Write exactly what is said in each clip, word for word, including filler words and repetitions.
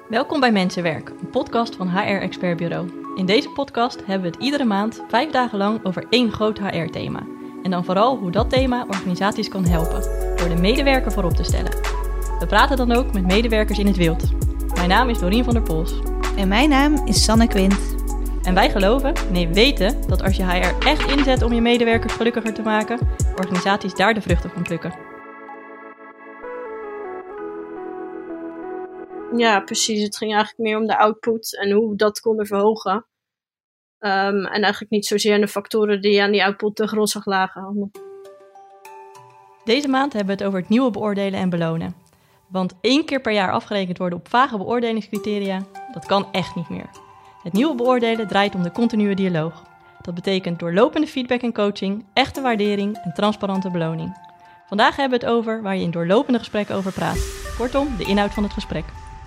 Welkom bij Mensenwerk, een podcast van H R Expert Bureau. In deze podcast hebben we het iedere maand vijf dagen lang over één groot H R-thema. En dan vooral hoe dat thema organisaties kan helpen, door de medewerker voorop te stellen. We praten dan ook met medewerkers in het wild. Mijn naam is Dorien van der Pols. En mijn naam is Sanne Quint. En wij geloven, nee weten, dat als je H R echt inzet om je medewerkers gelukkiger te maken, organisaties daar de vruchten van plukken. Ja, precies. Het ging eigenlijk meer om de output en hoe we dat konden verhogen. Um, en eigenlijk niet zozeer de factoren die aan die output ten grondslag lagen. Deze maand hebben we het over het nieuwe beoordelen en belonen. Want één keer per jaar afgerekend worden op vage beoordelingscriteria, dat kan echt niet meer. Het nieuwe beoordelen draait om de continue dialoog. Dat betekent doorlopende feedback en coaching, echte waardering en transparante beloning. Vandaag hebben we het over waar je in doorlopende gesprekken over praat. Kortom, de inhoud van het gesprek.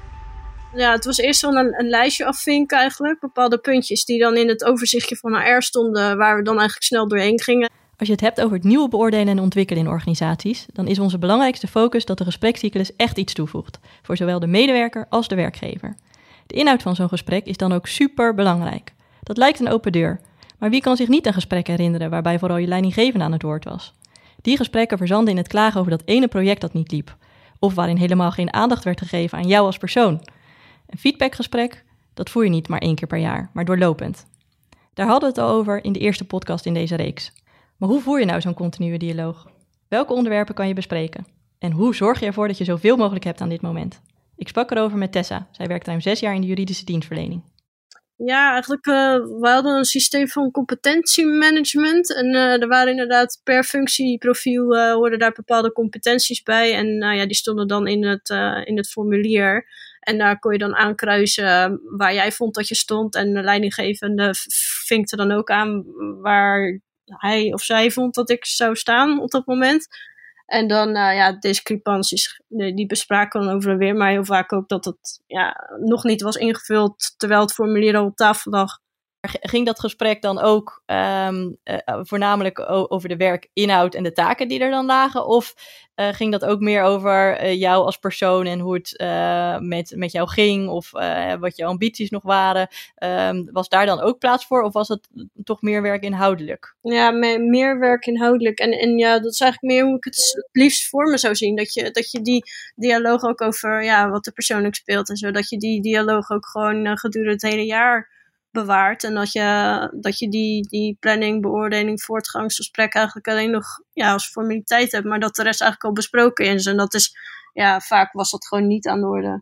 Ja, het was eerst wel een, een lijstje afvinken eigenlijk. Bepaalde puntjes die dan in het overzichtje van H R stonden, waar we dan eigenlijk snel doorheen gingen. Als je het hebt over het nieuwe beoordelen en ontwikkelen in organisaties, dan is onze belangrijkste focus dat de gesprekscyclus echt iets toevoegt. Voor zowel de medewerker als de werkgever. De inhoud van zo'n gesprek is dan ook super belangrijk. Dat lijkt een open deur. Maar wie kan zich niet een gesprek herinneren waarbij vooral je leidinggevende aan het woord was? Die gesprekken verzanden in het klagen over dat ene project dat niet liep. Of waarin helemaal geen aandacht werd gegeven aan jou als persoon. Een feedbackgesprek, dat voer je niet maar één keer per jaar, maar doorlopend. Daar hadden we het al over in de eerste podcast in deze reeks. Maar hoe voer je nou zo'n continue dialoog? Welke onderwerpen kan je bespreken? En hoe zorg je ervoor dat je zoveel mogelijk hebt aan dit moment? Ik sprak erover met Tessa. Zij werkt ruim zes jaar in de juridische dienstverlening. Ja, eigenlijk, uh, we hadden een systeem van competentiemanagement. En uh, er waren inderdaad per functieprofiel uh, hoorden daar bepaalde competenties bij. En uh, ja, die stonden dan in het, uh, in het formulier. En daar kon je dan aankruisen waar jij vond dat je stond. En de leidinggevende vinkte dan ook aan waar hij of zij vond dat ik zou staan op dat moment. En dan, uh, ja, discrepanties, die bespraken we dan over en weer. Maar heel vaak ook dat het ja, nog niet was ingevuld terwijl het formulier al op tafel lag. Ging dat gesprek dan ook um, uh, voornamelijk o- over de werkinhoud en de taken die er dan lagen? Of uh, ging dat ook meer over uh, jou als persoon en hoe het uh, met, met jou ging? Of uh, wat je ambities nog waren? Um, was daar dan ook plaats voor? Of was het toch meer werk inhoudelijk? Ja, me- meer werk inhoudelijk. En, en ja, dat is eigenlijk meer hoe ik het het liefst voor me zou zien. Dat je, dat je die dialoog ook over ja, wat er persoonlijk speelt en zo. Dat je die dialoog ook gewoon uh, gedurende het hele jaar bewaard. En dat je, dat je die, die planning, beoordeling, voortgangsgesprek eigenlijk alleen nog ja, als formaliteit hebt. Maar dat de rest eigenlijk al besproken is. En dat is, ja, vaak was dat gewoon niet aan de orde.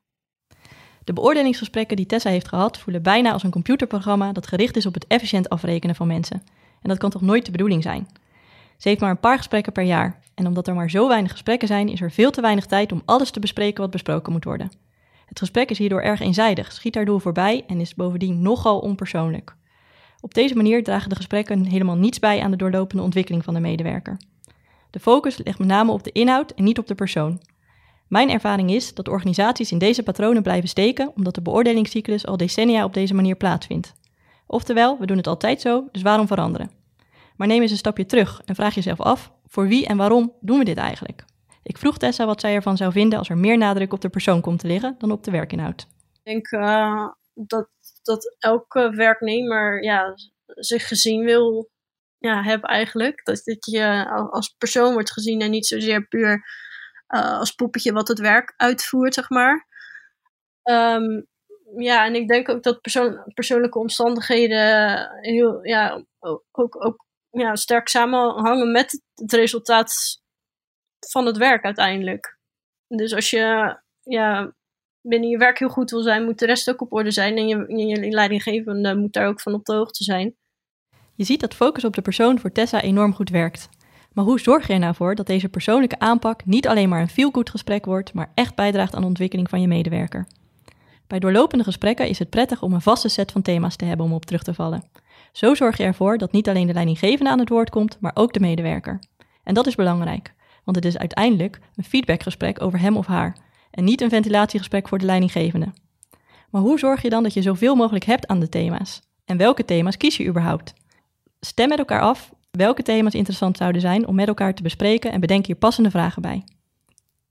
De beoordelingsgesprekken die Tessa heeft gehad voelen bijna als een computerprogramma dat gericht is op het efficiënt afrekenen van mensen. En dat kan toch nooit de bedoeling zijn? Ze heeft maar een paar gesprekken per jaar. En omdat er maar zo weinig gesprekken zijn, is er veel te weinig tijd om alles te bespreken wat besproken moet worden. Het gesprek is hierdoor erg eenzijdig, schiet haar doel voorbij en is bovendien nogal onpersoonlijk. Op deze manier dragen de gesprekken helemaal niets bij aan de doorlopende ontwikkeling van de medewerker. De focus ligt met name op de inhoud en niet op de persoon. Mijn ervaring is dat organisaties in deze patronen blijven steken omdat de beoordelingscyclus al decennia op deze manier plaatsvindt. Oftewel, we doen het altijd zo, dus waarom veranderen? Maar neem eens een stapje terug en vraag jezelf af, voor wie en waarom doen we dit eigenlijk? Ik vroeg Tessa wat zij ervan zou vinden als er meer nadruk op de persoon komt te liggen dan op de werkinhoud. Ik denk uh, dat, dat elke werknemer ja, zich gezien wil ja, hebben eigenlijk. Dat, dat je als persoon wordt gezien en niet zozeer puur uh, als poppetje wat het werk uitvoert, zeg maar. Um, ja, en ik denk ook dat persoon, persoonlijke omstandigheden heel, ja, ook, ook, ook ja, sterk samenhangen met het resultaat van het werk uiteindelijk. Dus als je ja, binnen je werk heel goed wil zijn, moet de rest ook op orde zijn. En je, je leidinggevende moet daar ook van op de hoogte zijn. Je ziet dat focus op de persoon voor Tessa enorm goed werkt. Maar hoe zorg je er nou voor dat deze persoonlijke aanpak niet alleen maar een feel-good gesprek wordt, maar echt bijdraagt aan de ontwikkeling van je medewerker? Bij doorlopende gesprekken is het prettig om een vaste set van thema's te hebben om op terug te vallen. Zo zorg je ervoor dat niet alleen de leidinggevende aan het woord komt, maar ook de medewerker. En dat is belangrijk. Want het is uiteindelijk een feedbackgesprek over hem of haar en niet een ventilatiegesprek voor de leidinggevende. Maar hoe zorg je dan dat je zoveel mogelijk hebt aan de thema's? En welke thema's kies je überhaupt? Stem met elkaar af welke thema's interessant zouden zijn om met elkaar te bespreken en bedenk hier passende vragen bij.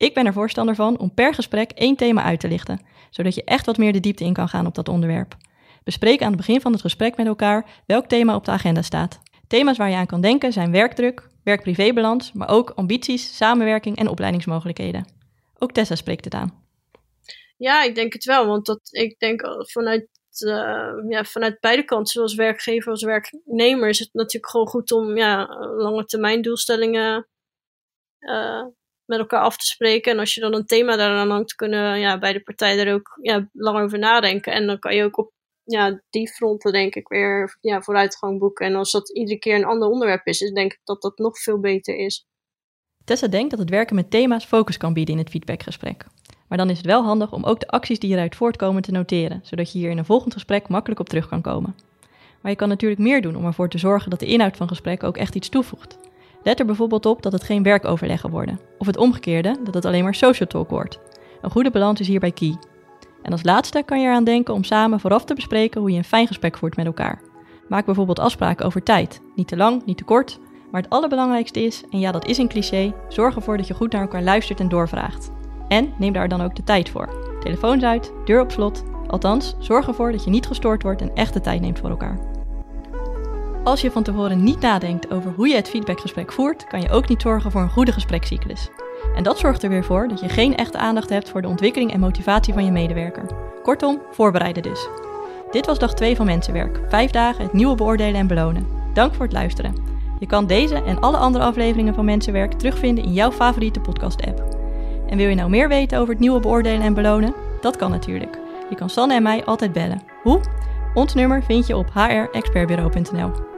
Ik ben er voorstander van om per gesprek één thema uit te lichten, zodat je echt wat meer de diepte in kan gaan op dat onderwerp. Bespreek aan het begin van het gesprek met elkaar welk thema op de agenda staat. Thema's waar je aan kan denken zijn werkdruk, werk-privébalans, maar ook ambities, samenwerking en opleidingsmogelijkheden. Ook Tessa spreekt het aan. Ja, ik denk het wel, want dat, ik denk vanuit, uh, ja, vanuit beide kanten, zoals werkgever als werknemer, is het natuurlijk gewoon goed om ja, lange termijn doelstellingen uh, met elkaar af te spreken. En als je dan een thema daaraan hangt, kunnen ja, beide partijen er ook ja, lang over nadenken. En dan kan je ook op ja, die fronten denk ik weer ja, vooruitgang boeken. En als dat iedere keer een ander onderwerp is, is denk ik dat dat nog veel beter is. Tessa denkt dat het werken met thema's focus kan bieden in het feedbackgesprek. Maar dan is het wel handig om ook de acties die eruit voortkomen te noteren, zodat je hier in een volgend gesprek makkelijk op terug kan komen. Maar je kan natuurlijk meer doen om ervoor te zorgen dat de inhoud van gesprekken ook echt iets toevoegt. Let er bijvoorbeeld op dat het geen werkoverleggen worden, of het omgekeerde, dat het alleen maar social talk wordt. Een goede balans is hierbij key. En als laatste kan je eraan denken om samen vooraf te bespreken hoe je een fijn gesprek voert met elkaar. Maak bijvoorbeeld afspraken over tijd. Niet te lang, niet te kort. Maar het allerbelangrijkste is, en ja dat is een cliché, zorg ervoor dat je goed naar elkaar luistert en doorvraagt. En neem daar dan ook de tijd voor. Telefoons uit, deur op slot. Althans, zorg ervoor dat je niet gestoord wordt en echt de tijd neemt voor elkaar. Als je van tevoren niet nadenkt over hoe je het feedbackgesprek voert, kan je ook niet zorgen voor een goede gesprekscyclus. En dat zorgt er weer voor dat je geen echte aandacht hebt voor de ontwikkeling en motivatie van je medewerker. Kortom, voorbereiden dus. Dit was dag twee van Mensenwerk. Vijf dagen het nieuwe beoordelen en belonen. Dank voor het luisteren. Je kan deze en alle andere afleveringen van Mensenwerk terugvinden in jouw favoriete podcast-app. En wil je nou meer weten over het nieuwe beoordelen en belonen? Dat kan natuurlijk. Je kan Sanne en mij altijd bellen. Hoe? Ons nummer vind je op h r expert bureau punt n l.